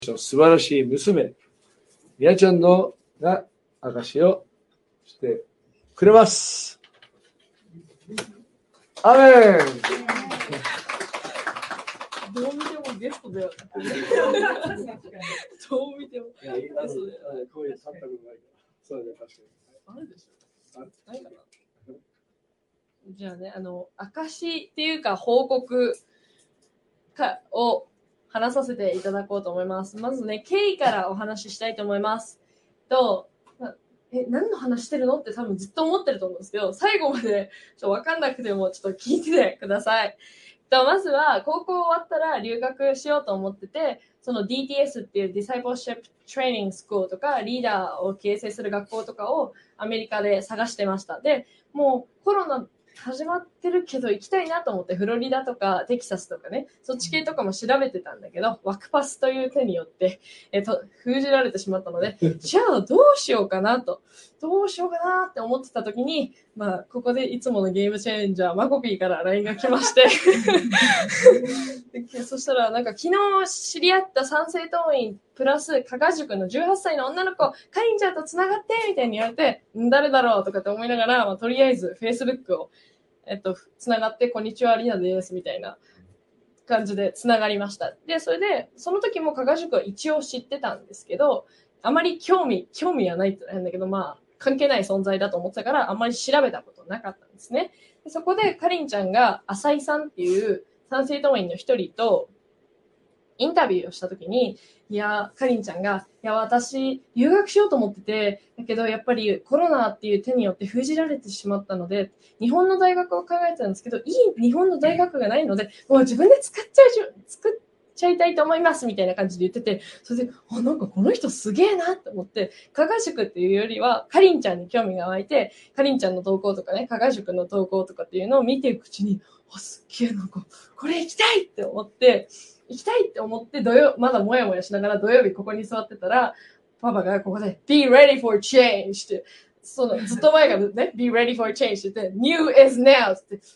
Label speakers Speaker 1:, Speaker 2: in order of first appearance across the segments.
Speaker 1: 素晴らしい娘、みやちゃんのが証しをしてくれます。アメン。
Speaker 2: どう見てもゲストだよ。どう見ても。
Speaker 1: いや、こういうサッカーの前から。そうね、確かに。
Speaker 2: あるでしょ。ないかな。じゃあね、証っていうか報告を話させていただこうと思います。まずね、経緯からお話ししたいと思います。何の話してるのって多分ずっと思ってると思うんですけど、最後まで分かんなくてもちょっと聞いててください。まずは高校終わったら留学しようと思ってて、その DTS っていう Discipleship Training School とかリーダーを形成する学校とかをアメリカで探してました。で、もうコロナ始まってるけど行きたいなと思ってフロリダとかテキサスとかね、そっち系とかも調べてたんだけど、ワクパスという手によって、封じられてしまったので、じゃあどうしようかなって思ってた時に、ここでいつものゲームチェンジャーマコピーから LINE が来ましてそしたらなんか昨日知り合った参政党員プラス加賀塾の18歳の女の子かりんちゃんとつながってみたいに言われて、誰だろうとかって思いながら、とりあえず Facebook をつながってこんにちはリナですみたいな感じでつながりました。で、それでその時も加賀塾は一応知ってたんですけど、あまり興味はないってなんだけど、関係ない存在だと思ってたからあんまり調べたことなかったんですね。でそこでかりんちゃんが浅井さんっていう参政党員の一人とインタビューをしたときに、かりんちゃんが、私、留学しようと思ってて、だけど、やっぱりコロナっていう手によって封じられてしまったので、日本の大学を考えてたんですけど、いい日本の大学がないので、もう自分で作っちゃいたいと思います、みたいな感じで言ってて、それで、なんかこの人すげえなって思って、加賀塾っていうよりは、かりんちゃんに興味が湧いて、かりんちゃんの投稿とかね、加賀塾の投稿とかっていうのを見ていくうちに、すっげえなんか、これ行きたいって思って、まだもやもやしながら土曜日ここに座ってたら、パパがここで Be ready for change って、ずっと前からね、Be ready for change って、New is now って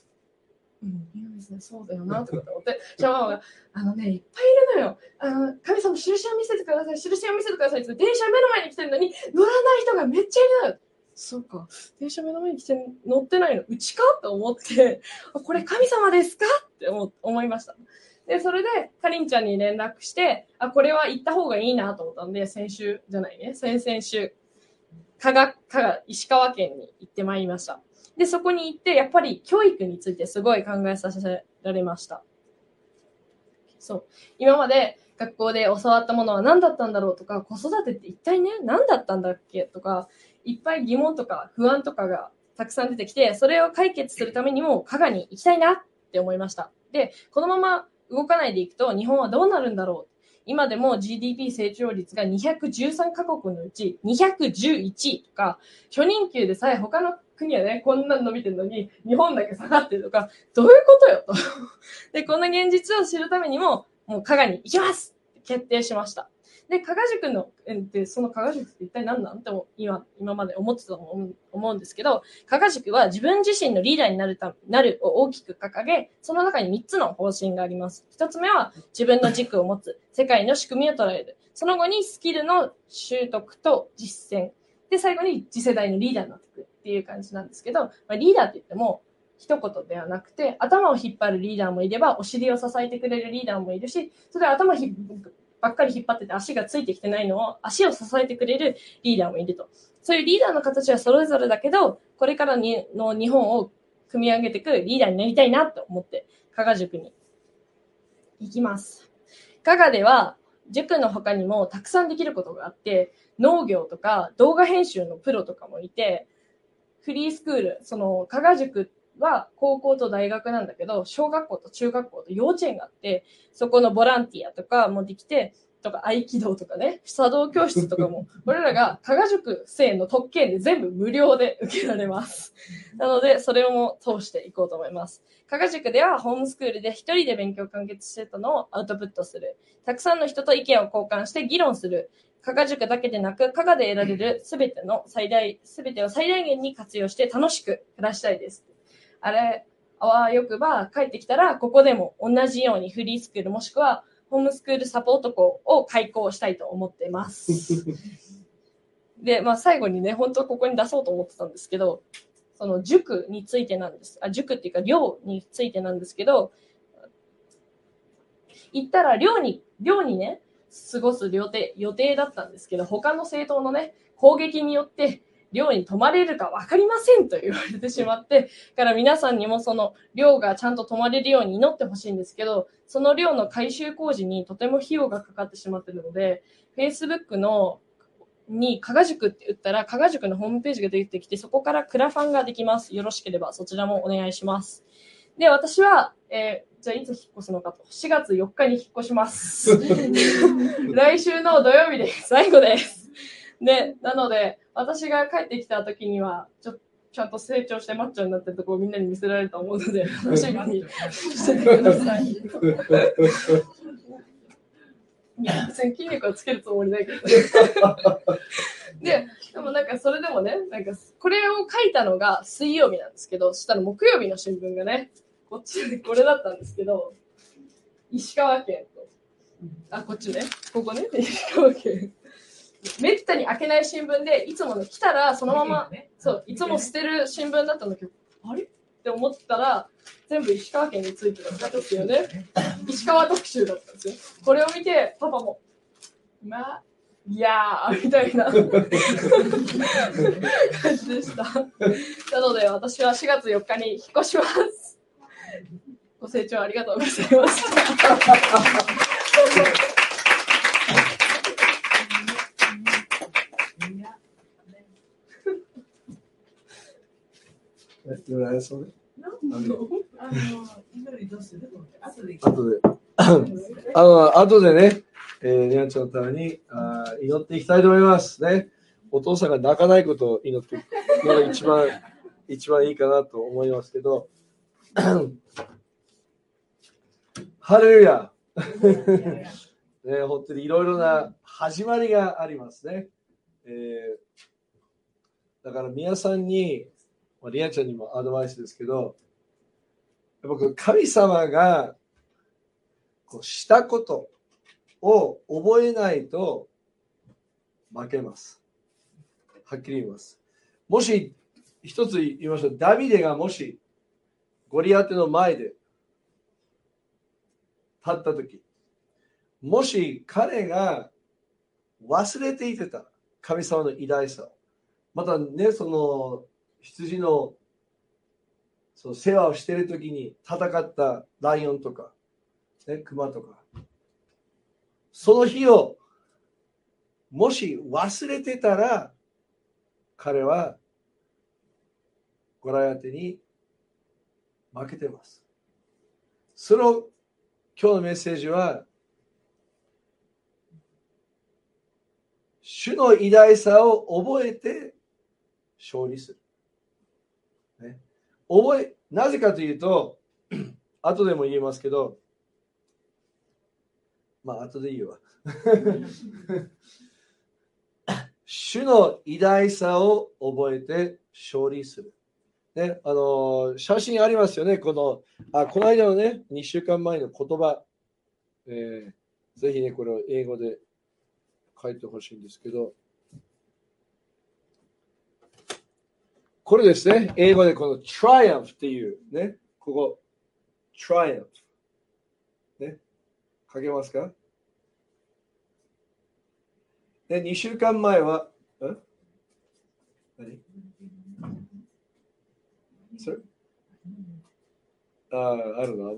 Speaker 2: 、New is now そうだよなとか思って、じゃあママが、いっぱいいるのよ。神様、印を見せてくださいって、電車目の前に来てるのに、乗らない人がめっちゃいるのよ。そうか、電車目の前に来て乗ってないの、うちかと思って、これ神様ですかって思いました。で、それで、かりんちゃんに連絡して、これは行った方がいいなと思ったんで、先々週、石川県に行ってまいりました。で、そこに行って、やっぱり教育についてすごい考えさせられました。そう。今まで学校で教わったものは何だったんだろうとか、子育てって一体ね、何だったんだっけとか、いっぱい疑問とか不安とかがたくさん出てきて、それを解決するためにも加賀に行きたいなって思いました。で、このまま動かないでいくと日本はどうなるんだろう。今でも GDP 成長率が213カ国のうち211位とか、初任給でさえ他の国はね、こんな伸びてるのに日本だけ下がってるとか、どういうことよと。で、この現実を知るためにもう加賀に行きますって決定しました。で、加賀塾の、その加賀塾って一体何なんって今まで思ってたと思うんですけど、加賀塾は自分自身のリーダーになるを大きく掲げ、その中に3つの方針があります。1つ目は自分の軸を持つ、世界の仕組みを捉える。その後にスキルの習得と実践。で、最後に次世代のリーダーになっていくっていう感じなんですけど、リーダーって言っても、一言ではなくて、頭を引っ張るリーダーもいれば、お尻を支えてくれるリーダーもいるし、それはばっかり引っ張ってて足がついてきてないのを足を支えてくれるリーダーもいると。そういうリーダーの形はそれぞれだけど、これからの日本を組み上げていくリーダーになりたいなと思って、加賀塾に行きます。加賀では塾の他にもたくさんできることがあって、農業とか動画編集のプロとかもいて、フリースクール、加賀塾は高校と大学なんだけど、小学校と中学校と幼稚園があって、そこのボランティアとかもできて、とか合気道とかね、茶道教室とかも、俺らが加賀塾生の特権で全部無料で受けられます。なので、それをも通していこうと思います。加賀塾ではホームスクールで一人で勉強完結してたのをアウトプットする。たくさんの人と意見を交換して議論する。加賀塾だけでなく、加賀で得られるすべてを最大限に活用して楽しく暮らしたいです。あわよくば帰ってきたら、ここでも同じようにフリースクールもしくはホームスクールサポート校を開講したいと思ってます。で、最後にね、本当はここに出そうと思ってたんですけど、その塾についてなんです。塾っていうか寮についてなんですけど、行ったら寮にね、過ごす予定だったんですけど、他の政党のね、攻撃によって寮に泊まれるか分かりませんと言われてしまって、から皆さんにもその寮がちゃんと泊まれるように祈ってほしいんですけど、その寮の改修工事にとても費用がかかってしまっているので、Facebook に加賀塾って打ったら加賀塾のホームページが出てきて、そこからクラファンができます。よろしければそちらもお願いします。で、私は、じゃあいつ引っ越すのかと。4月4日に引っ越します。来週の土曜日で最後です。で、なので、私が帰ってきた時には、ちゃんと成長してマッチョになってるところをみんなに見せられると思うので、楽しみにしててください。いや、別に筋肉をつけるつもりないけど。でもそれでもね、これを書いたのが水曜日なんですけど、そしたら木曜日の新聞がね、こっちでこれだったんですけど、石川県と、こっちね、ここね、石川県。めったに開けない新聞で、いつもね、来たらそのまま、そう、いつも捨てる新聞だったんだけど、あれって思ったら、全部石川県についてだったんですよね。石川特集だったんですよ。これを見て、パパも、いやーみたいな感じでした。なので、私は4月4日に引っ越します。ご清聴ありがとうございます。
Speaker 1: 後でね、ニャンちゃんのために祈っていきたいと思いますね。お父さんが泣かないことを祈っていくのが一番いいかなと思いますけど、ハレルヤね、本当にいろいろな始まりがありますね。だから皆さんに、リアちゃんにもアドバイスですけど、僕、神様がしたことを覚えないと負けます。はっきり言います。もし、一つ言いましょう。ダビデがもし、ゴリアテの前で立ったとき、もし彼が忘れていてた神様の偉大さを、またね、その羊のその世話をしているときに戦ったライオンとか、ね、クマとか、その日をもし忘れてたら、彼はゴリアテに負けてます。その今日のメッセージは、主の偉大さを覚えて勝利する。ね、なぜかというと、後でも言いますけど、後でいいわ。主の偉大さを覚えて勝利する。ね、写真ありますよね。この間のね、2週間前の言葉、ぜひね、これを英語で書いてほしいんですけど、これですね、英語でこの triumph っていうね、ここ、triumph。ね、書けますか？で、2週間前は、何それあるの、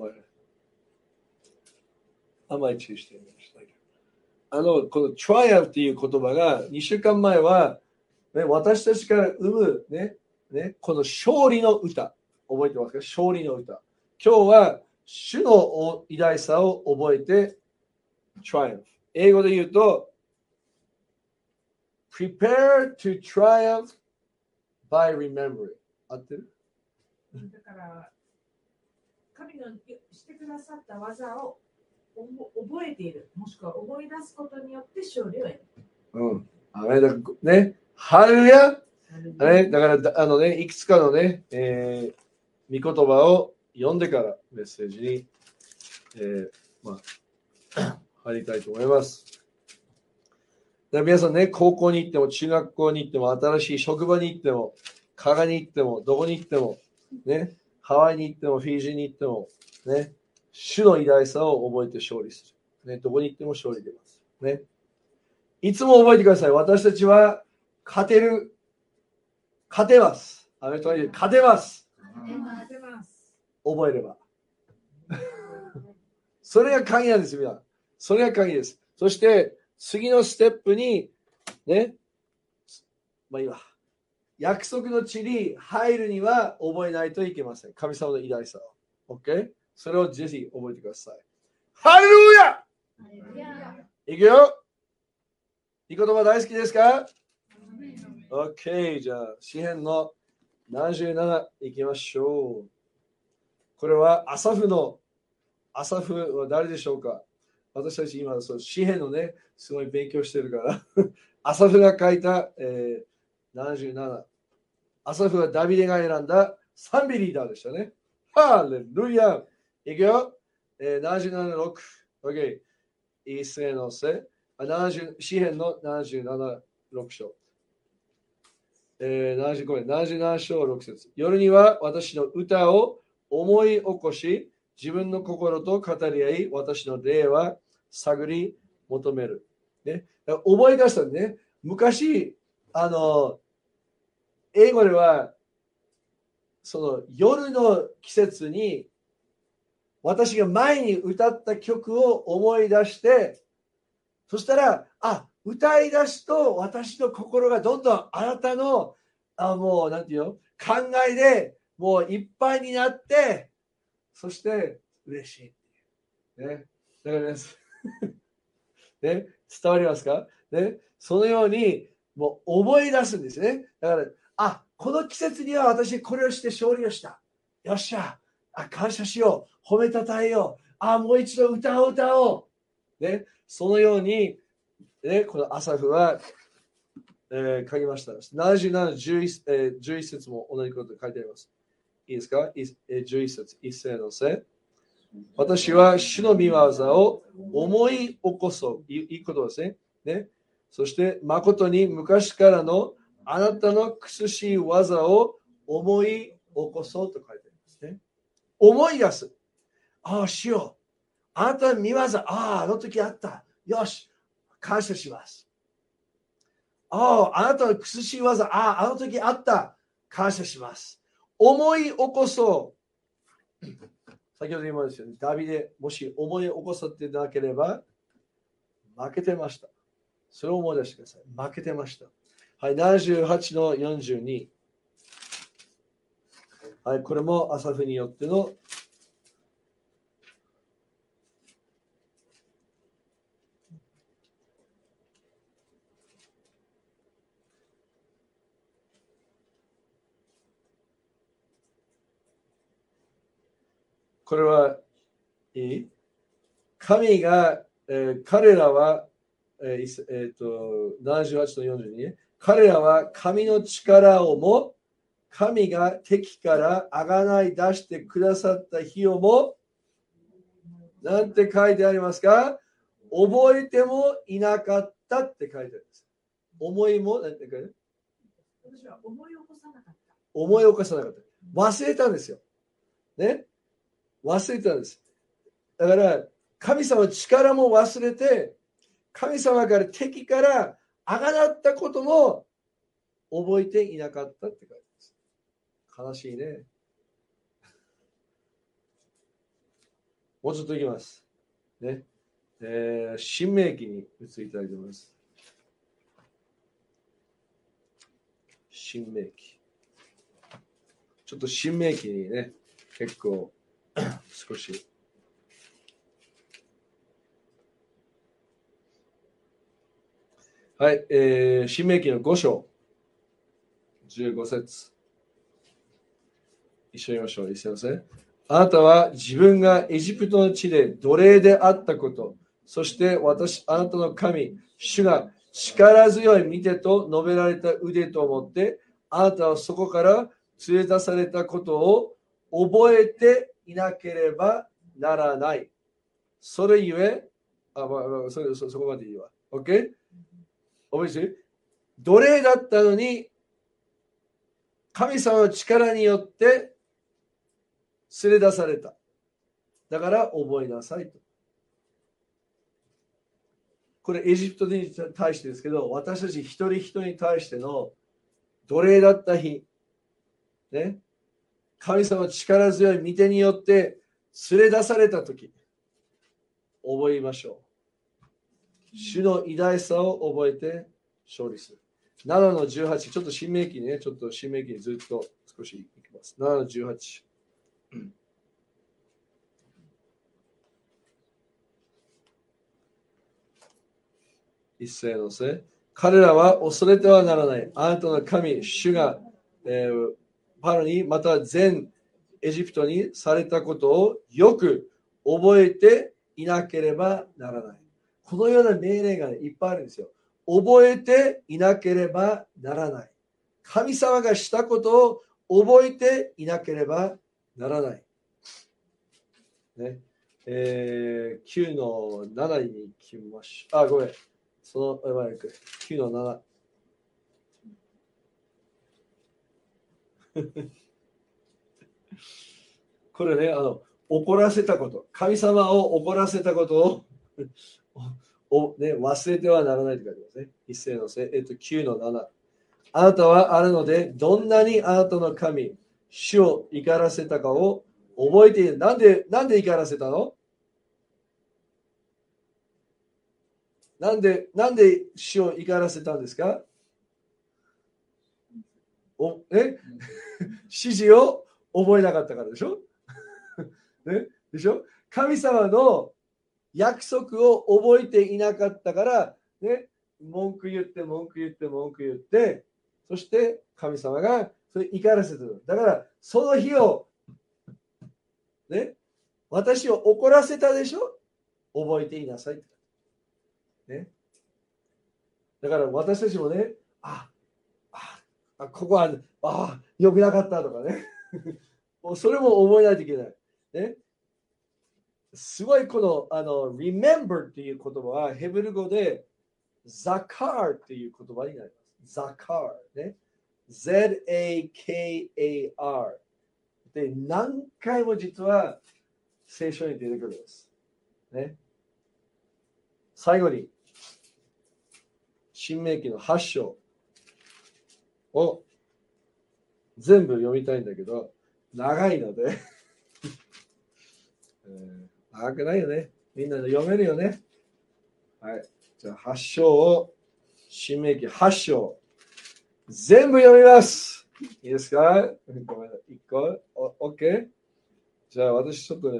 Speaker 1: あまり注意してみました。この triumph っていう言葉が2週間前は、ね、私たちから生む、ね、この勝利の歌、覚えてますか？勝利の歌。今日は主の偉大さを覚えて triumph。英語で言うと prepare to triumph by remembering。合ってる？
Speaker 3: だから神のしてくださった技を覚えている、もしくは思い出すことによって勝利を得る。
Speaker 1: ね、ハレルヤ。ね、だからいくつかのね、御言葉を読んでからメッセージに、 入りたいと思います。で皆さんね、高校に行っても、中学校に行っても、新しい職場に行っても、加賀に行っても、どこに行っても、ね、ハワイに行っても、フィジーに行っても、ね、主の偉大さを覚えて勝利する。ね、どこに行っても勝利出ます。ね。いつも覚えてください。私たちは勝てる。勝てます。勝てます。覚えれば。それが鍵なんですよ、皆さん。それが鍵です。そして、次のステップに、ね、まあいいわ。約束の地に入るには覚えないといけません。神様の偉大さを。OK？ それをぜひ覚えてください。ハレルヤ！いくよ！いい言葉大好きですか？ OK。じゃあ、詩編の77いきましょう。これはアサフは誰でしょうか？私たち今、詩編のね、すごい勉強してるから。アサフが書いた、77。アサフはダビデが選んだ賛美リーダーでしたね。ハレルヤ！いくよ。77、6。OK。いいせのせ。詩編の77、6章。77章6節。夜には私の歌を思い起こし、自分の心と語り合い、私の霊は探り求める。ね、覚え出したんでね。昔、英語では、その夜の季節に、私が前に歌った曲を思い出して、そしたら、歌い出すと私の心がどんどんあなたの、もう、なんていうの、考えでもういっぱいになって、そして嬉しい。ね。だからね、ね、伝わりますかね。そのように、もう覚え出すんですね。だから、この季節には私これをして勝利をした。よっしゃ。感謝しよう。褒めたたえよう。もう一度歌おう。ね。そのように、ね、このアサフは、書きました。77、11節も同じこと書いてあります。いいですか ?11 節、一斉のせ。私は主の御業を思い起こそう。いいことですね。ね。そして、誠に昔からのあなたの苦しい技を思い起こそうと書いてありますね。思い出す。主よ。あなたの御業、あの時あった。よし。感謝します。あなたの苦しい技、あの時あった。感謝します。思い起こそう。先ほど言いましたように、ダビデ、もし思い起こさってなければ、負けてました。それを思い出してください。負けてました。はい、78の42。はい、これもアサフによってのこれはいい？神が、彼らは、78の42ね。彼らは神の力をも、神が敵からあがない出してくださった日をも、なんて書いてありますか？覚えてもいなかったって書いてあります。思いも、なんて書いてある？
Speaker 3: 私は思い起こさなかった。
Speaker 1: 思い起こさなかった。忘れたんですよ。ね。忘れたんです。だから、神様の力も忘れて、神様から敵からあがなったことも覚えていなかったって書いてあります。悲しいね。もうちょっといきます。ね。新明記に移りたいと思います。新明記。ちょっと新明記にね、結構少し。はい、新明記の5章、15節。一緒に言いましょう。すいません。あなたは自分がエジプトの地で奴隷であったこと、そしてあなたの神、主が力強い見てと述べられた腕と思って、あなたはそこから連れ出されたことを覚えていなければならない。それゆえ、 そこまでいいわ。OK？ 覚えてる？奴隷だったのに、神様の力によって連れ出された。だから覚えなさいと。これエジプトに対してですけど、私たち一人一人に対しての奴隷だった日、ね、神様の力強い御手によって連れ出されたとき、覚えましょう。主の偉大さを覚えて勝利する。7の18、ちょっと新明記ね、ちょっと新明記にずっと少しいきます。7の18。一斉のせ。彼らは恐れてはならない。あなたの神、主が、パロにまた全エジプトにされたことをよく覚えていなければならない。このような命令が、ね、いっぱいあるんですよ。覚えていなければならない。神様がしたことを覚えていなければならない。ね9の7に行きましょう。ごめん。その前に9の7。これね、怒らせたこと、神様を怒らせたことをね、忘れてはならないと書いてますね。一斉のせ、9の7。あなたはあるので、どんなにあなたの神、主を怒らせたかを覚えている。なんで怒らせたの？なんで主を怒らせたんですか？指示を覚えなかったからでしょ？ね、でしょ？神様の約束を覚えていなかったから、ね、文句言って、そして神様がそれ怒らせてる。だから、その日を、ね、私を怒らせたでしょ？覚えていなさい。ね、だから私たちもね、ここは良くなかったとかねそれも覚えないといけない、ね、すごいこのremember っていう言葉はヘブル語でザカーっていう言葉になります。ザカーね、Z-A-K-A-R で何回も実は聖書に出てくるんです、ね、最後に新明記の8章を全部読みたいんだけど長いので長くないよね。みんなで読めるよね。はい。じゃあ8章を新明記8章全部読みます。いいですか？ごめんなさい。1個 OK？ じゃあ私ちょっとね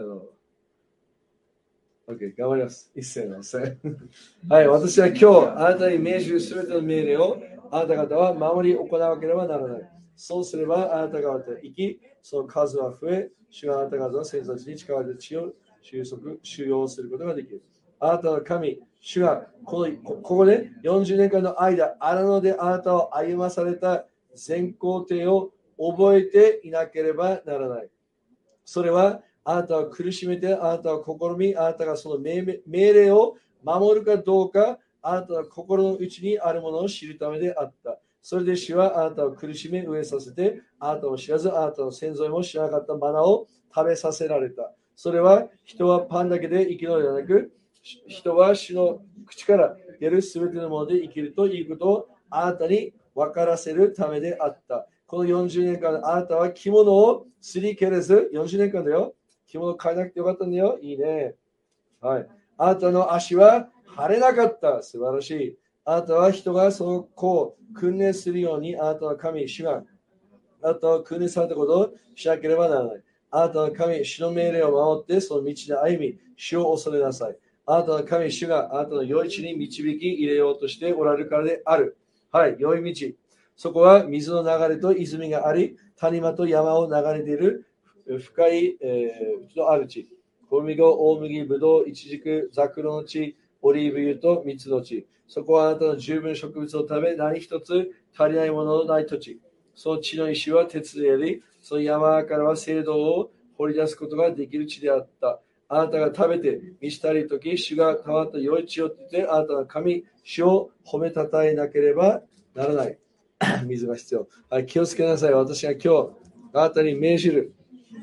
Speaker 1: OK、頑張ります。一斉のせ。はい、私は今日、あなたに命じるすべての命令を、あなた方は守り行わなければならない。そうすれば、あなた方は生き、その数は増え、主があなた方の先祖たちに力で地を収容することができる。あなたの神、主がここで40年間の間、荒野であなたを歩まされた全工程を覚えていなければならない。それは、あなたを苦しめて、あなたを試み、あなたがその命令を守るかどうか、あなたの心の内にあるものを知るためであった。それで主はあなたを苦しめ、飢えさせて、あなたを知らず、あなたの先祖も知らなかったマナを食べさせられた。それは、人はパンだけで生きるのではなく、人は主の口から出るすべてのもので生きるということをあなたに分からせるためであった。この40年間、あなたは着物をすり切れず、40年間だよ。着物変えなくてよかったんだよ。いいね。はい。あなたの足は腫れなかった。素晴らしい。あなたは人がその子を訓練するように、あなたの神、主があなたを訓練されたことをしなければならない。あなたの神、主の命令を守って、その道で歩み、主を恐れなさい。あなたの神、主があなたの良い地に導き入れようとしておられるからである。はい、良い道。そこは水の流れと泉があり、谷間と山を流れている深い、ある地。小麦粉、大麦、ぶどう、イチジク、ザクロの地、オリーブ油と蜜の地。そこはあなたの十分植物を食べ、何一つ足りないもののない土地。その地の石は鉄であり、その山からは青銅を掘り出すことができる地であった。 あなたが食べて満ち足りるとき、主が変わった良い地をって言って、あなたが神、主を褒めたたえなければならない。水が必要。はい、気をつけなさい。私が今日、あなたに命じる。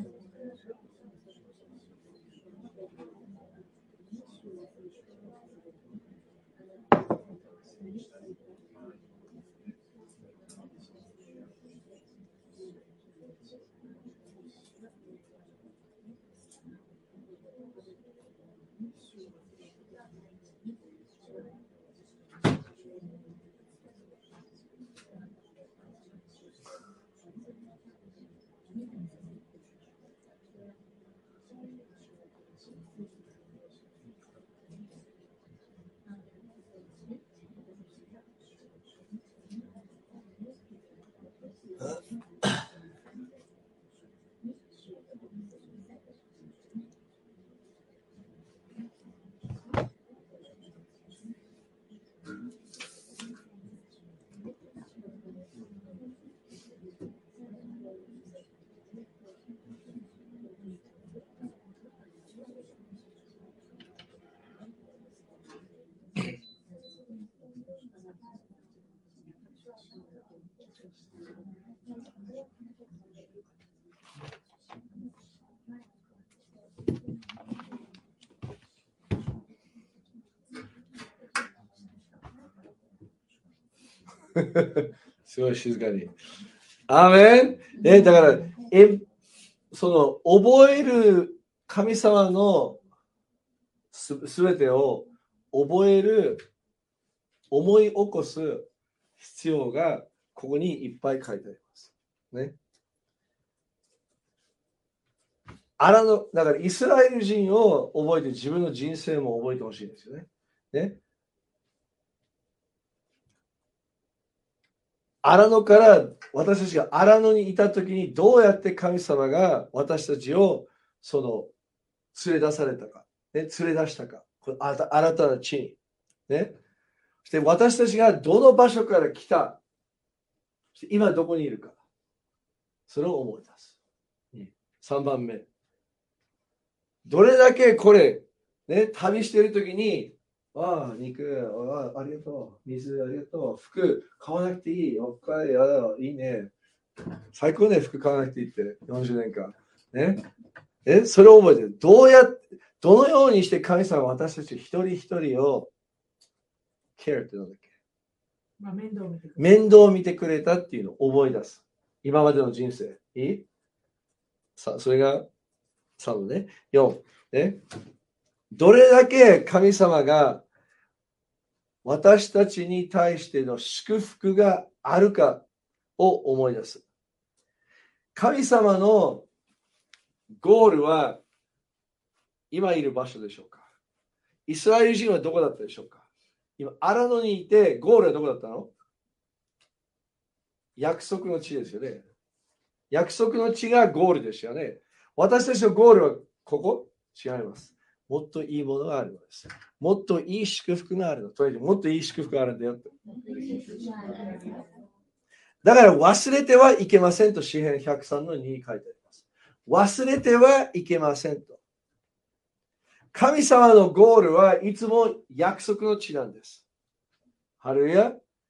Speaker 1: すごい静かに。アーメン、ね、だからその覚える神様のすべてを覚える、思い起こす必要がここにいっぱい書いてあります。ね。だからイスラエル人を覚えて自分の人生も覚えてほしいですよね。ね。荒野から私たちが荒野にいたときにどうやって神様が私たちを連れ出されたか、ね、連れ出したか、この新たな地に、ね、そして私たちがどの場所から来た、そして今どこにいるか、それを思い出す。3番目、どれだけこれ、ね、旅しているときに、ああ、肉、ありがとう。水、ありがとう。服、買わなくていい。おっかい、いいね。最高ね、服買わなくていいって。40年間。ね。それを覚えてる。どのようにして神様は私たち一人一人を、ケアってなんだっけ、面倒を見てくれたっていうのを覚え出す。今までの人生。いい？さあ、それが3のね。4。ね。どれだけ神様が私たちに対しての祝福があるかを思い出す。神様のゴールは今いる場所でしょうか？イスラエル人はどこだったでしょうか？今、荒野にいて、ゴールはどこだったの？約束の地ですよね。約束の地がゴールですよね。私たちのゴールはここ？違います。もっといいものがあるのです。もっといい祝福があるの。とりあえずもっといい祝福があるんだよって。だから忘れてはいけませんと詩編103の2に書いてあります。忘れてはいけませんと。神様のゴールはいつも約束の地なんです。ハレルヤ。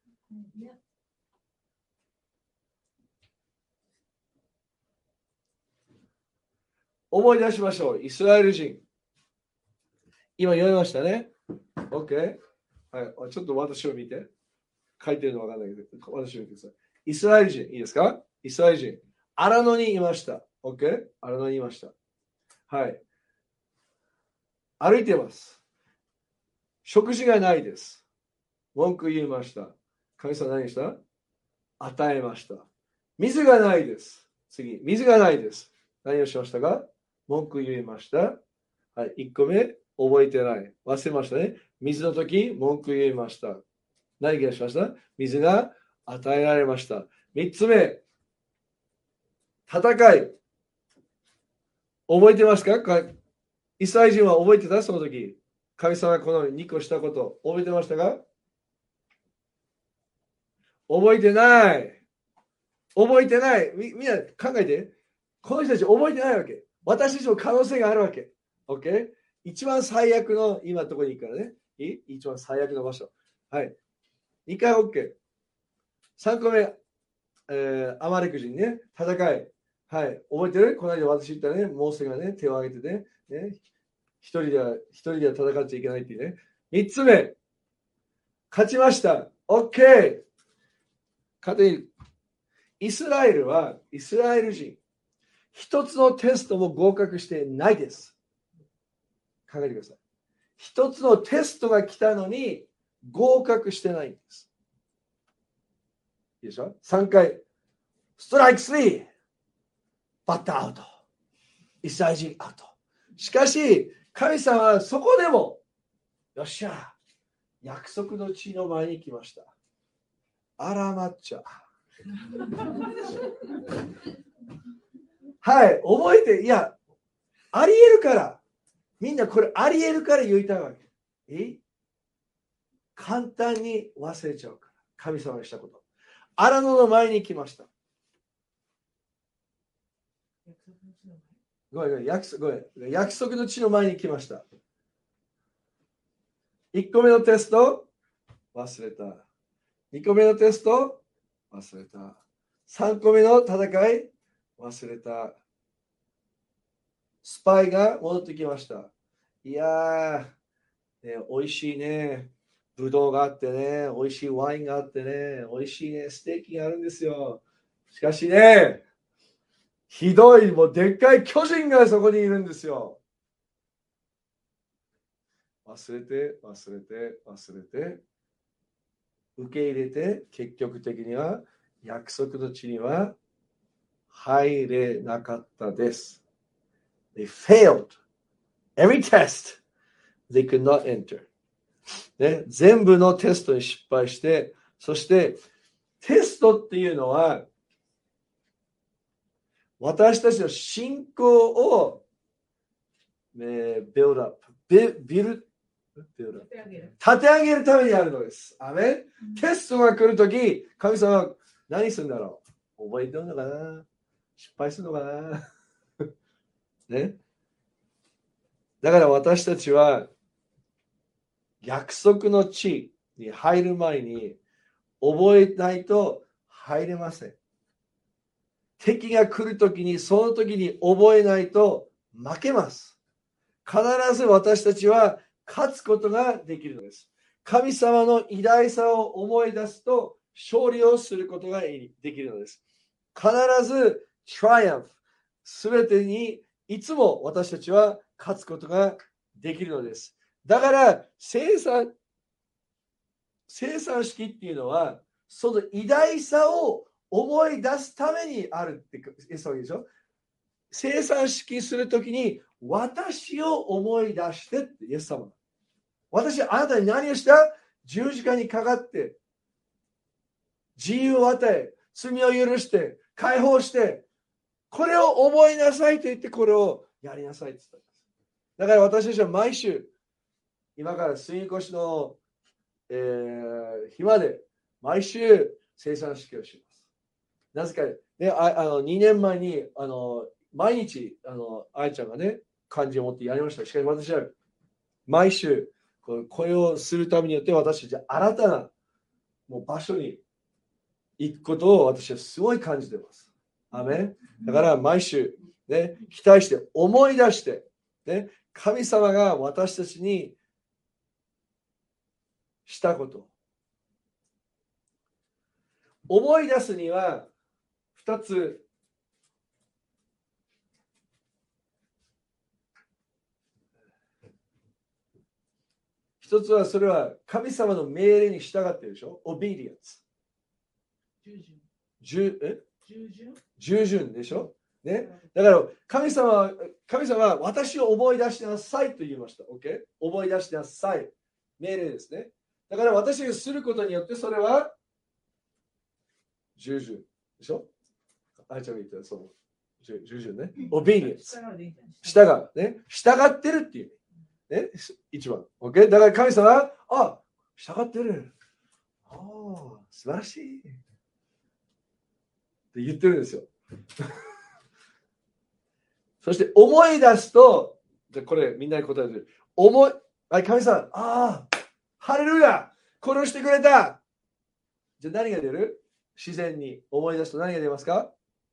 Speaker 1: 思い出しましょう。イスラエル人。今読みましたね。OK。はい。ちょっと私を見て。書いてるのわかんないけど、私を見てください。イスラエル人、いいですか？イスラエル人。荒野にいました。OK？ 荒野にいました。はい。歩いてます。食事がないです。文句言いました。神様何した？与えました。水がないです。次、水がないです。何をしましたか？文句言いました。はい、1個目、覚えてない。忘れましたね。水の時、文句言いました。何がしました？水が与えられました。3つ目、戦い。覚えてますか？イスラエル人は覚えてた？その時。神様がこの2個したこと、覚えてましたか？覚えてない。覚えてない。みんな考えて。この人たち覚えてないわけ。私たちも可能性があるわけ。 OK? 一番最悪の今のところに行くからね。いい？一番最悪の場所。はい。2回 OK。3個目、アマレク人ね、戦い。はい。覚えてる？この間私言ったね、モーセがね、手を挙げてね、一人では戦っちゃいけないっていうね。3つ目、勝ちました。OK。イスラエルは、イスラエル人、一つのテストも合格してないです。考えてください。一つのテストが来たのに合格してないんです。いいでしょ？ 3 回。ストライク3。バッターアウト。イスラエル人アウト。しかし、神様はそこでも、よっしゃ、約束の地の前に来ました。あらまっちゃ。はい、覚えて、いや、ありえるから、みんなこれありえるから言いたいわけ。簡単に忘れちゃうから、神様がしたこと。荒野の前に来ました。ごめん、約束の地の前に来ました。1個目のテスト、忘れた。2個目のテスト、忘れた。3個目の戦い、忘れた。スパイが戻ってきました。いやー、ね、美味しいね。ブドウがあってね、美味しいワインがあってね、美味しいね、ステーキがあるんですよ。しかしね、ひどい、もうでっかい巨人がそこにいるんですよ。忘れて、受け入れて、結局的には約束の地には入れなかったです。They failed every test. They could not enter. ね、全部のテストに失敗して、そしてテストっていうのは私たちの信仰を、build up、立て上げるためにあるのです。アメン。テストが来るとき、神様は何するんだろう？覚えてるのかな？失敗するのかなね。だから私たちは約束の地に入る前に覚えないと入れません。敵が来るときに、その時に覚えないと負けます。必ず私たちは勝つことができるのです。神様の偉大さを思い出すと勝利をすることができるのです。必ずトライアンフ、すべてにいつも私たちは勝つことができるのです。だから生産式っていうのはその偉大さを思い出すためにあるってそうでしょ。生産式するときに私を思い出してってイエス様。私あなたに何をした？十字架にかかって自由を与え、罪を許して解放して、これを思いなさいと言ってこれをやりなさいって言ったんです。だから私たちは毎週今から水越の、日まで毎週生産式をします。なぜか、ね、2年前に毎日あやちゃんがね漢字を持ってやりました。しかし私は毎週これをするためによって私たちは新たなもう場所に行くことを私はすごい感じています。アメン。だから毎週、ね、期待して思い出して、ね、神様が私たちにしたこと思い出すには2つ一つはそれは神様の命令に従っているでしょ。Obedience。従順でしょ。ね。だから神様は私を思い出しなさいと言いました。OK？ 思い出しなさい。命令ですね。だから私がすることによってそれは従順でしょ。あいちゃんが言ったそう。従順ね。Obedience。従う。ね。従ってるっていう。ね、一番。OK？ だから神様は、従ってる。素晴らしい。って言ってるんですよ。そして思い出すとじゃあこれみんなに答えてる。思い、はい、神様、ハレルヤ、殺してくれた。じゃあ何が出る？自然に思い出すと何が出ますか？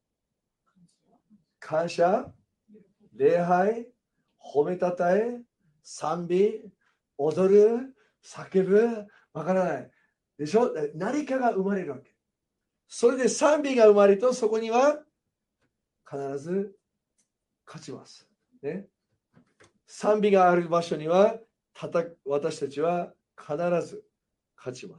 Speaker 1: 感謝、礼拝、褒めたたえ、賛美、踊る、叫ぶ、わからない。でしょ？何かが生まれるわけ。それで賛美が生まれると、そこには必ず勝ちます。ね、賛美がある場所には私たちは必ず勝ちます。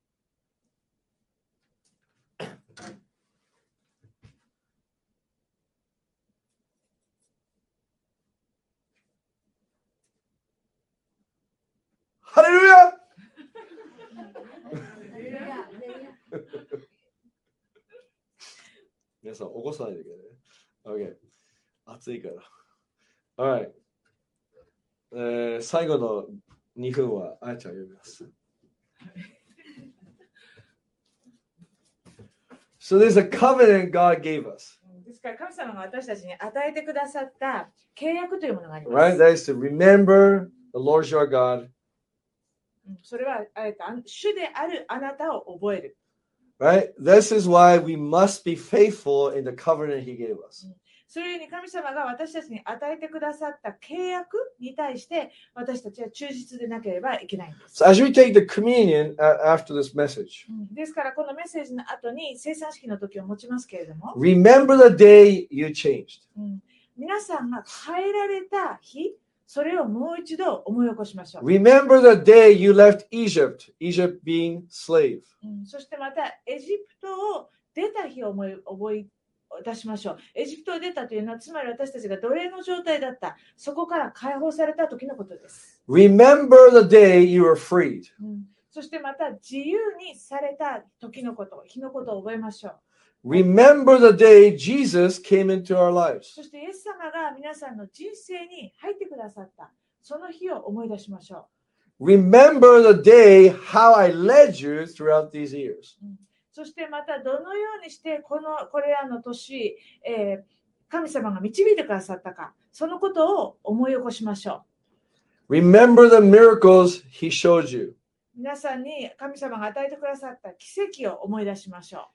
Speaker 1: ハレルヤ皆さん起こさないといけないね。OK。暑いから。Alright。最後の2分はあやちゃん読みます。So there's a covenant God gave us.
Speaker 3: ですから神様が私たちに与えてくださった契約というものがあります。
Speaker 1: Right? That is to remember the Lord your God.
Speaker 3: それは主であるあなたを覚える。
Speaker 1: Right? This is why we must be faithful in the covenant He gave us.
Speaker 3: それに神様が私たちに与えてくださった契約に対して私たちは忠実でなければいけないんです。
Speaker 1: So as we take the communion after this message,
Speaker 3: ですからこのメッセージの後に聖餐式の時を持ちますけれども、
Speaker 1: remember the day you changed.
Speaker 3: 皆さんが変えられた日、それをもう一度思い起こしましょう。
Speaker 1: Remember the day you left Egypt, Egypt being slave.
Speaker 3: そしてまたエジプトを出た日を思い出しましょう。エジプトを出たというのはつまり私たちが奴隷の状態だった、そこから解放された時のことです。
Speaker 1: Remember the day you were freed.
Speaker 3: そしてまた自由にされた時のこと、日のことを覚えましょう。
Speaker 1: Remember the day Jesus came into our lives.
Speaker 3: そしてイエス様が皆さんの人生に入ってくださったその日を思い出しましょ
Speaker 1: う。Remember the day how I led you throughout these years.
Speaker 3: そしてまたどのようにしてこれらの年、神様が導いてくださったか、そのことを思い起こしましょ
Speaker 1: う。Remember the miracles He showed you.
Speaker 3: 皆さんに神様が与えてくださった奇跡を思い出しましょう。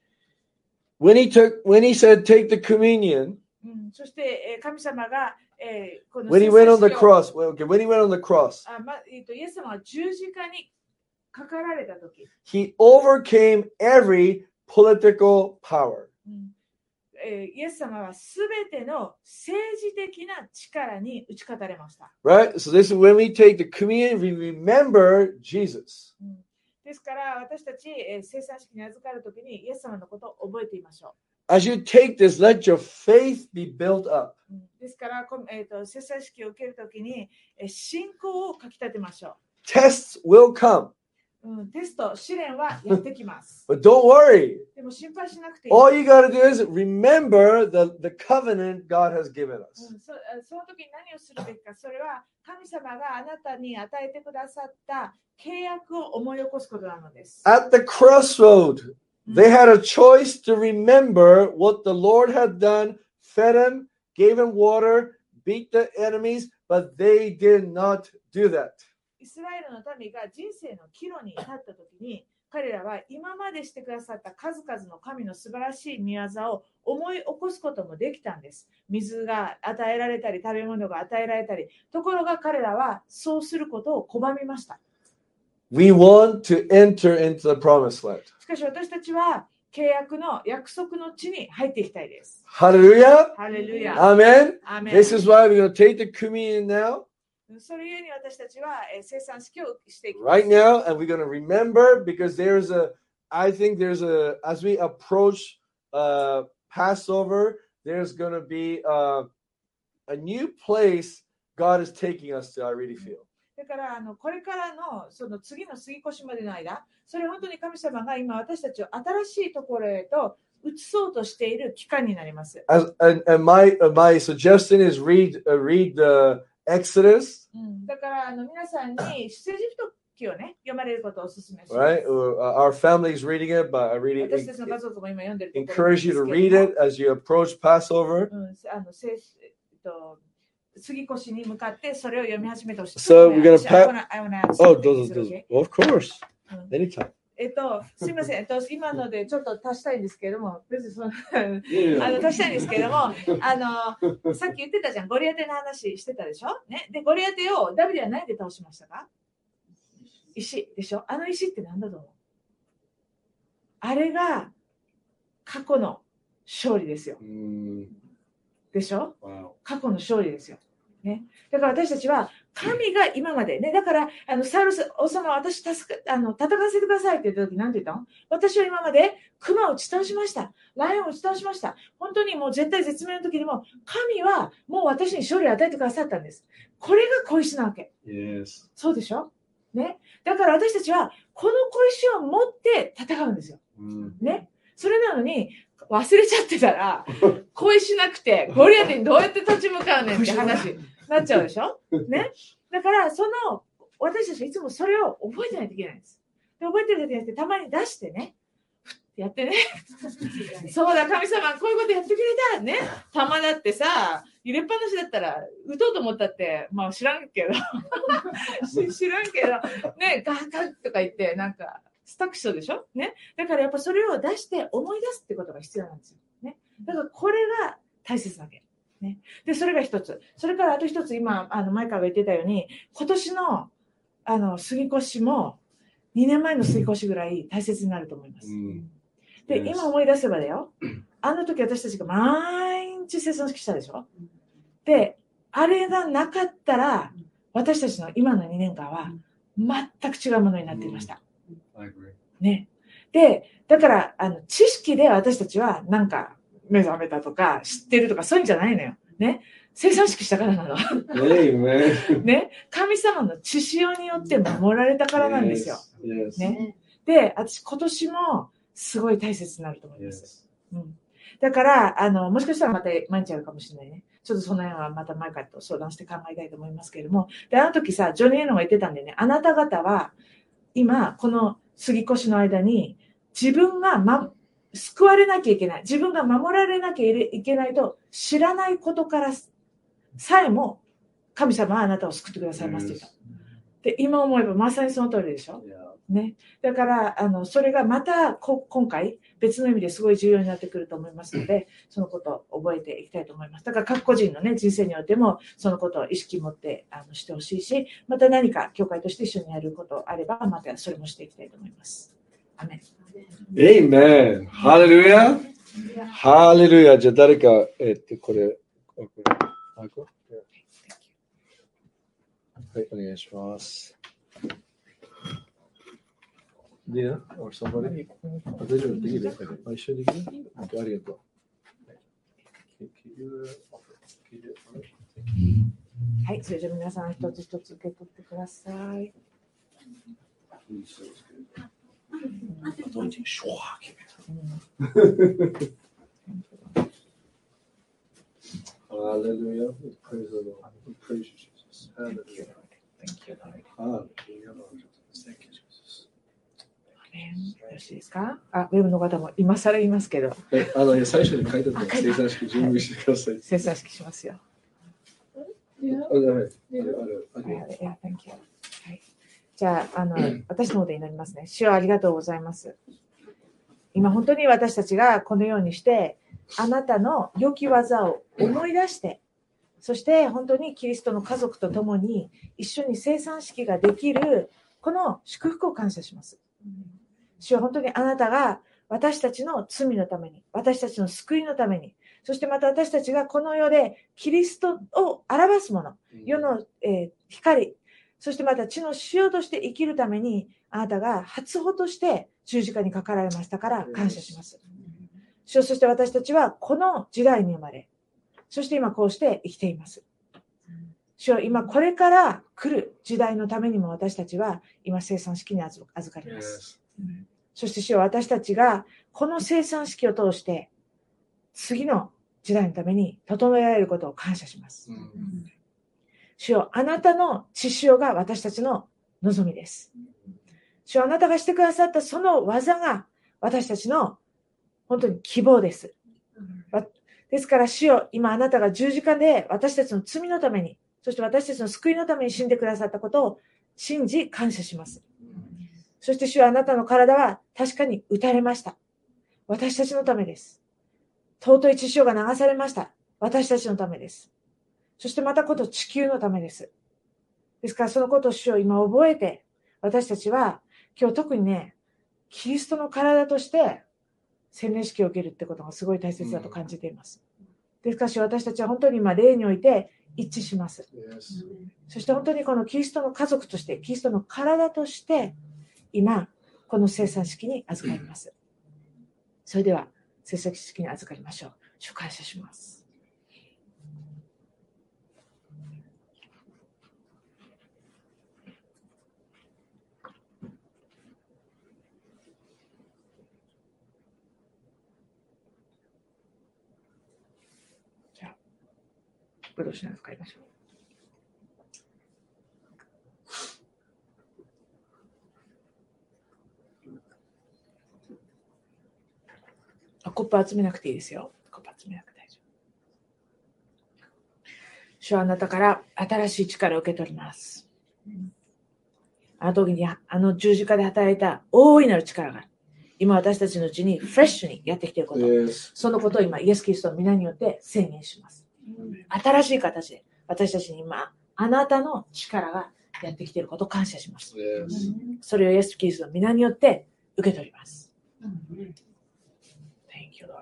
Speaker 1: When he said, take the communion,
Speaker 3: そして神様が、
Speaker 1: when he went on the cross, when he went on the cross,
Speaker 3: イエス様が十字架にかかられたとき、
Speaker 1: he overcame every political power.
Speaker 3: イエス様はすべての政治的な力に打ち勝たれました。
Speaker 1: Right? So this is when we take the communion, we remember Jesus.
Speaker 3: ですから私たち聖餐式に預かるときにイエス様のことを覚えていましょう。
Speaker 1: As you take this, let your faith be built up.
Speaker 3: ですから聖餐式を受けるときに信仰をかき立てましょう。
Speaker 1: Tests will come.
Speaker 3: テスト、試練はやってきます。
Speaker 1: But don't worry.
Speaker 3: でも心配しなくていい。
Speaker 1: All you got to do is remember the covenant God has given us.
Speaker 3: その時に何をするべきか、それは神様があなたに与えてくださった契約を思い起こすことなのです。
Speaker 1: At the crossroad, they had a choice to remember what the Lord had done, fed them, gave them water, beat the enemies, but they did not do that.
Speaker 3: イスラエルの民が人生の岐路に立ったときに、彼らは今までしてくださった数々の神の素晴らしい御業を思い起こすこともできたんです。水が与えられたり、食べ物が与えられたり、ところが彼らはそうすることを拒みました。
Speaker 1: We want to enter into the promised land.
Speaker 3: しかし私たちは契約の約束の地に入っていきたいです。
Speaker 1: Hallelujah!
Speaker 3: ハレルヤ。
Speaker 1: Amen!
Speaker 3: Amen.
Speaker 1: This is why we're going to take the communion now.
Speaker 3: それゆえに私たちは聖餐式をしていきます。
Speaker 1: Right now, and we're going to remember because I think as we approach Passover, there's going to be a new place God is taking us to, I really feel.
Speaker 3: だからこれからのその次の杉越までの間、それ本当に神様が今私たちを新しいところへと移そうとしている期間になります。
Speaker 1: And my suggestion is read the Exodus.
Speaker 3: だから皆さんに出エジプト記をね読まれることをお勧めします。
Speaker 1: Right? Our family is reading it, but I really
Speaker 3: 私たちの家族も今読んでるところ
Speaker 1: encourage you to read it as you approach Passover.
Speaker 3: 杉越に向かってそれを読み始めてほしい。
Speaker 1: So we're gonna
Speaker 3: I wanna
Speaker 1: Oh,
Speaker 3: something.
Speaker 1: どうぞ
Speaker 3: Is it
Speaker 1: どうぞ。
Speaker 3: okay?
Speaker 1: Of course.
Speaker 3: うん
Speaker 1: Anytime.
Speaker 3: すみません、今のでちょっと足したいんですけれども、別にその足したいんですけれども、さっき言ってたじゃん、ゴリアテの話してたでしょ、ね、で、ゴリアテをダビデは何で倒しましたか？石でしょ。あの石って何だと思う？あれが過去の勝利ですよ。でしょ？過去の勝利ですよ。ね、だから私たちは神が今までね、だからサウルス王様、私戦わせてくださいって言った時何て言ったの？私は今まで熊を打ち倒しました。ライオンを打ち倒しました。本当にもう絶対絶命の時にも神はもう私に勝利を与えてくださったんです。これが小石なわけ。
Speaker 1: Yes.
Speaker 3: そうでしょ、ね、だから私たちはこの小石を持って戦うんですよ。ね、それなのに忘れちゃってたら恋しなくてゴリアテにどうやって立ち向かうねんって話になっちゃうでしょ、ね、だから私たちいつもそれを覚えてないといけないんです。で覚えてるだけじゃなくてたまに出してねやってねそうだ神様こういうことやってくれたね。玉だってさ入れっぱなしだったら打とうと思ったってまあ知らんけど知らんけどねガーガーとか言ってなんかスタックしそうでしょ、ね、だからやっぱそれを出して思い出すってことが必要なんですよ、ね、だからこれが大切なわけ、ね、でそれが一つ。それからあと一つ今前から言ってたように今年の杉越も2年前の杉越ぐらい大切になると思います、で今思い出せばだよ、あの時私たちが毎日生産式したでしょ。であれがなかったら私たちの今の2年間は全く違うものになっていました、ね、でだから知識で私たちはなんか目覚めたとか知ってるとかそういうんじゃないのよ、ね、生産式したからなの、ね、神様の血潮によって守られたからなんですよ、ね、で私今年もすごい大切になると思います、だからもしかしたらまた毎日あるかもしれないね。ちょっとその辺はまた前からと相談して考えたいと思いますけれども、であの時さジョニー・エノが言ってたんでね、あなた方は今この杉越の間に自分が、救われなきゃいけない、自分が守られなきゃいけないと知らないことからさえも神様はあなたを救ってくださいますと言った。で今思えばまさにその通りでしょ、ね、だからそれがまた今回別の意味ですごい重要になってくると思いますので、そのことを覚えていきたいと思います。だから各個人の、ね、人生においてもそのことを意識持ってしてほしいし、また何か教会として一緒にやることあればまたそれもしていきたいと思います。アメン。
Speaker 1: Amen。ハレルヤ。ハレルヤ。じゃあ誰かこれはい、お願いします。Dina or somebody? 大丈夫できる？一緒にできる？ありがとう。
Speaker 3: はい、それじゃあ皆さん一つ一つ受け取ってください。
Speaker 1: Hallelujah. Praise the Lord. Praise you, Jesus. Hallelujah.
Speaker 3: Thank you, Lord.
Speaker 1: Hallelujah, Lord. Thank you, Jesus.
Speaker 3: よろしいですか？ウェブの方も今更言いますけど。
Speaker 1: 最初に書いてあった生産式準備してください。
Speaker 3: 生産式しますよ。じゃあ、私の方で祈りますね。主よありがとうございます。今本当に私たちがこのようにして、あなたの良き技を思い出して、そして本当にキリストの家族と共に一緒に生産式ができる、この祝福を感謝します。主よ本当にあなたが私たちの罪のために、私たちの救いのために、そしてまた私たちがこの世でキリストを表すもの、世の、光、そしてまた地の塩として生きるために、あなたが初歩として十字架にかかられましたから感謝します。主よそして私たちはこの時代に生まれ、そして今こうして生きています。主よ今これから来る時代のためにも私たちは今生産式に預かります。そして主よ私たちがこの生産式を通して次の時代のために整えられることを感謝します。主よあなたの血潮が私たちの望みです。主よあなたがしてくださったその技が私たちの本当に希望です。 ですから主よ、今あなたが十字架で私たちの罪のために、そして私たちの救いのために死んでくださったことを信じ感謝します。そして主よ、あなたの体は確かに打たれました。私たちのためです。尊い血潮が流されました。私たちのためです。そしてまたこと地球のためです。ですからそのことを主よ、今覚えて、私たちは今日特にね、キリストの体として洗礼式を受けるってことがすごい大切だと感じています。ですから主、私たちは本当に今霊において一致します。そして本当にこのキリストの家族として、キリストの体として今この聖餐式に預かります。それでは聖餐式に預かりましょう。主、感謝します。ブドウ酒を使いましょう。コップ集めなくていいですよ。コップ集めなくて大丈夫。主はあなたから新しい力を受け取ります。あの時にあの十字架で働いた大いなる力が今私たちのうちにフレッシュにやってきていること、そのことを今イエス・キリストの皆によって宣言します。新しい形で私たちに今あなたの力がやってきていることを感謝します。それをイエス・キリストの皆によって受け取ります。Thank you, Lord.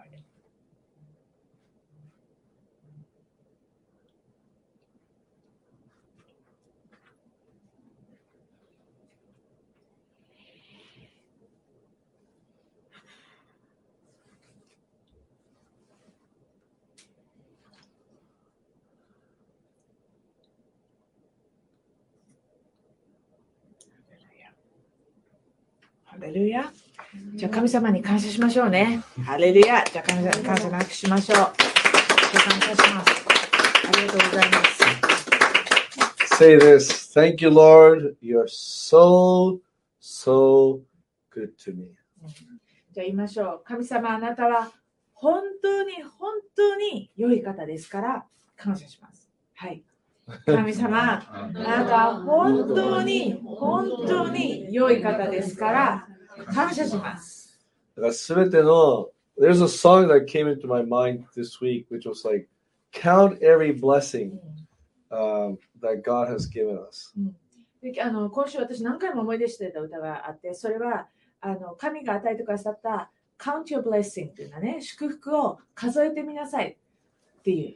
Speaker 3: ハレルヤ。じゃあ神様に感謝しましょうね。ハレルヤ。じゃあ神様に感謝なくしましょう。感謝します。ありがとうございます。
Speaker 1: Say this. Thank you, Lord. You're so, so good to me.
Speaker 3: じゃあ言いましょう。神様、あなたは本当に本当に良い方ですから感謝します。はい。神様、あなたは本当に本当に良い方ですから感謝します。
Speaker 1: だから全ての There's a song that came into my mind this week, which was like, count every blessing that God has given us.
Speaker 3: 今週私何回も思い出していた歌があって、それは神が与えてくださった Count your blessing というのはね、祝福を数えてみなさいっていう。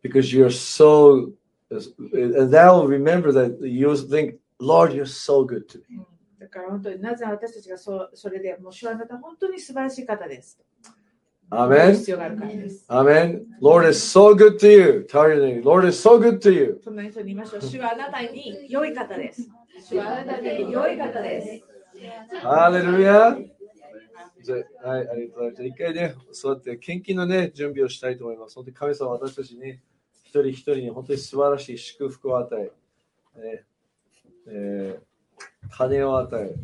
Speaker 1: Because you're so, and that will remember that you think, Lord, you're so good to me.
Speaker 3: だから本当になぜ私たちがそれでもう主はあなた本当に素晴らしい方です。
Speaker 1: Amen.
Speaker 3: 必要があるからです。
Speaker 1: Amen. Lord is so good to you. Tell your name. Lord is so good to you.
Speaker 3: そんな人に言いましょう。主はあなたに良い方です。主はあなたに良い方です。
Speaker 1: ハレルヤ。じゃあ、はい、ありがとうございます。一回ね、そうやって献金のね、準備をしたいと思います。本当に神様は私たちに、一人一人に本当に素晴らしい祝福を与え、種を与え。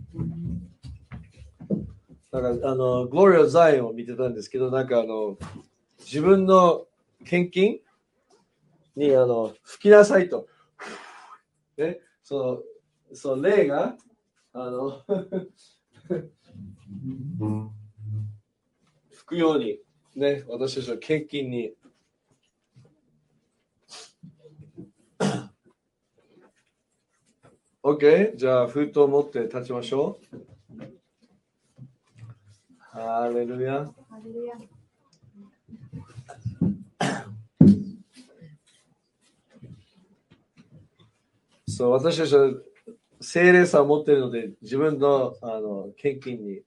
Speaker 1: なんかグロリア・ザインを見てたんですけど、なんか自分の献金に吹きなさいと。ね、その霊が吹くようにね、私たちの献金にOK、じゃあ封筒を持って立ちましょう。ハレルヤ。そう、私たちは聖霊さを持っているので、自分の献金に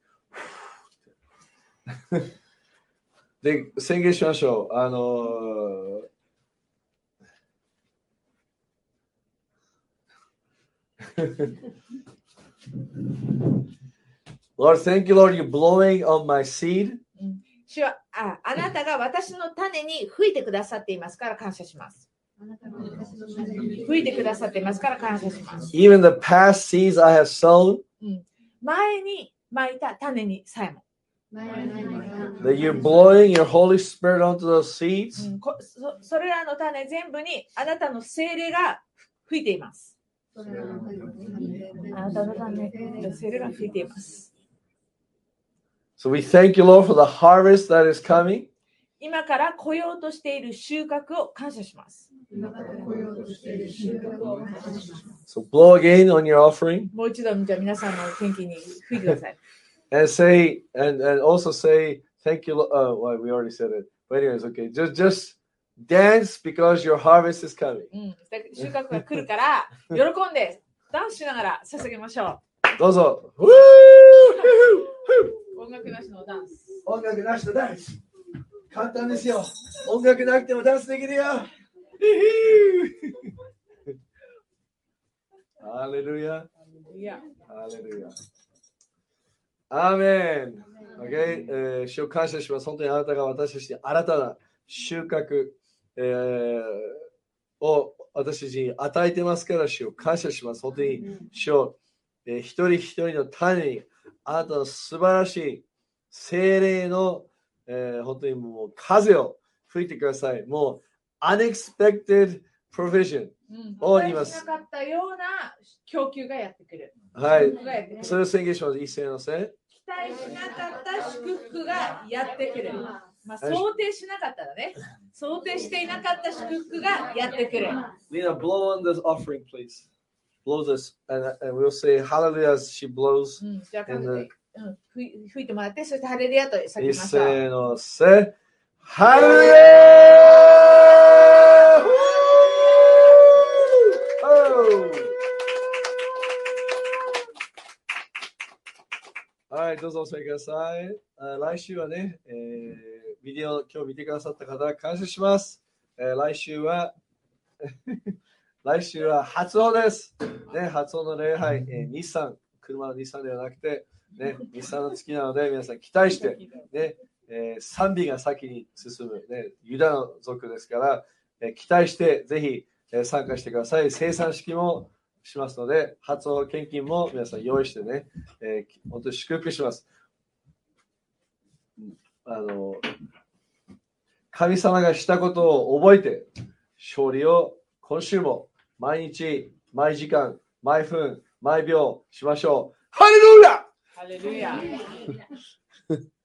Speaker 1: で宣言しましょう。Lord, thank you, Lord, you're blowing on my seed.
Speaker 3: 主はあなたが私の種に吹いてくださっていますから感謝します。吹いてくださっていますから感謝します。
Speaker 1: Even the past seeds I have sown.
Speaker 3: 前に蒔いた種にさえも。
Speaker 1: That you're blowing your Holy Spirit onto those seeds.
Speaker 3: それらの種全部にあなたの聖霊が吹いています。あなたの種、聖霊が吹いています。
Speaker 1: So we thank you, Lord, for the harvest that is coming.
Speaker 3: 今から来ようとしている収穫を感謝します。
Speaker 1: So blow again on your offering.
Speaker 3: もう一度じゃあ皆さんの献金に吹いてください。
Speaker 1: And say, and also say, thank you. Well, we already said it. But anyways, okay. Just dance because your harvest is coming.
Speaker 3: 収穫が来るから喜んでダンスしながら捧げましょう。
Speaker 1: どうぞ。
Speaker 3: 音楽なしのダンス。
Speaker 1: 音楽なしのダンス。簡単ですよ。音楽なくてもダンスできるよ。ハレルヤ。ハレルヤ。アーメン。Okay? 主を感謝します。本当にあなたが私たちに新たな収穫、を私たちに与えてますから、主を感謝します。本当に主を、一人一人の種にあなたの素晴らしい聖霊の、本当にもう風を吹いてください。もう unexpected provision を言います。
Speaker 3: 期待しなかったような供給がやってくる。
Speaker 1: はい。それを宣言します。一斉のせ。
Speaker 3: 期待しなかった祝福がやってくる。まあ、想定しなかったらね。想定していなかった祝福がやってくる。
Speaker 1: Lena, blow on this offering, please. Blow this, and we'll say hallelujah as she blows.
Speaker 3: じゃあ、吹いてもらって、そしてハレルヤと叫びましょう。
Speaker 1: 一斉のせ。ハレルヤはい、どうぞお座りください。来週はね、ビデオ今日見てくださった方、感謝します。来週は初音です。ね、初音の礼拝、日産、車の日産ではなくて、ね、日産の月なので、皆さん期待して、ね、賛美が先に進む、ね、ユダの族ですから、期待して、ぜひ、参加してください。生産式もしますので、初音献金も皆さん用意してね、本当に祝福します。神様がしたことを覚えて、勝利を今週も毎日、毎時間、毎分、毎秒しましょう。ハレルヤ！
Speaker 3: ハレルヤ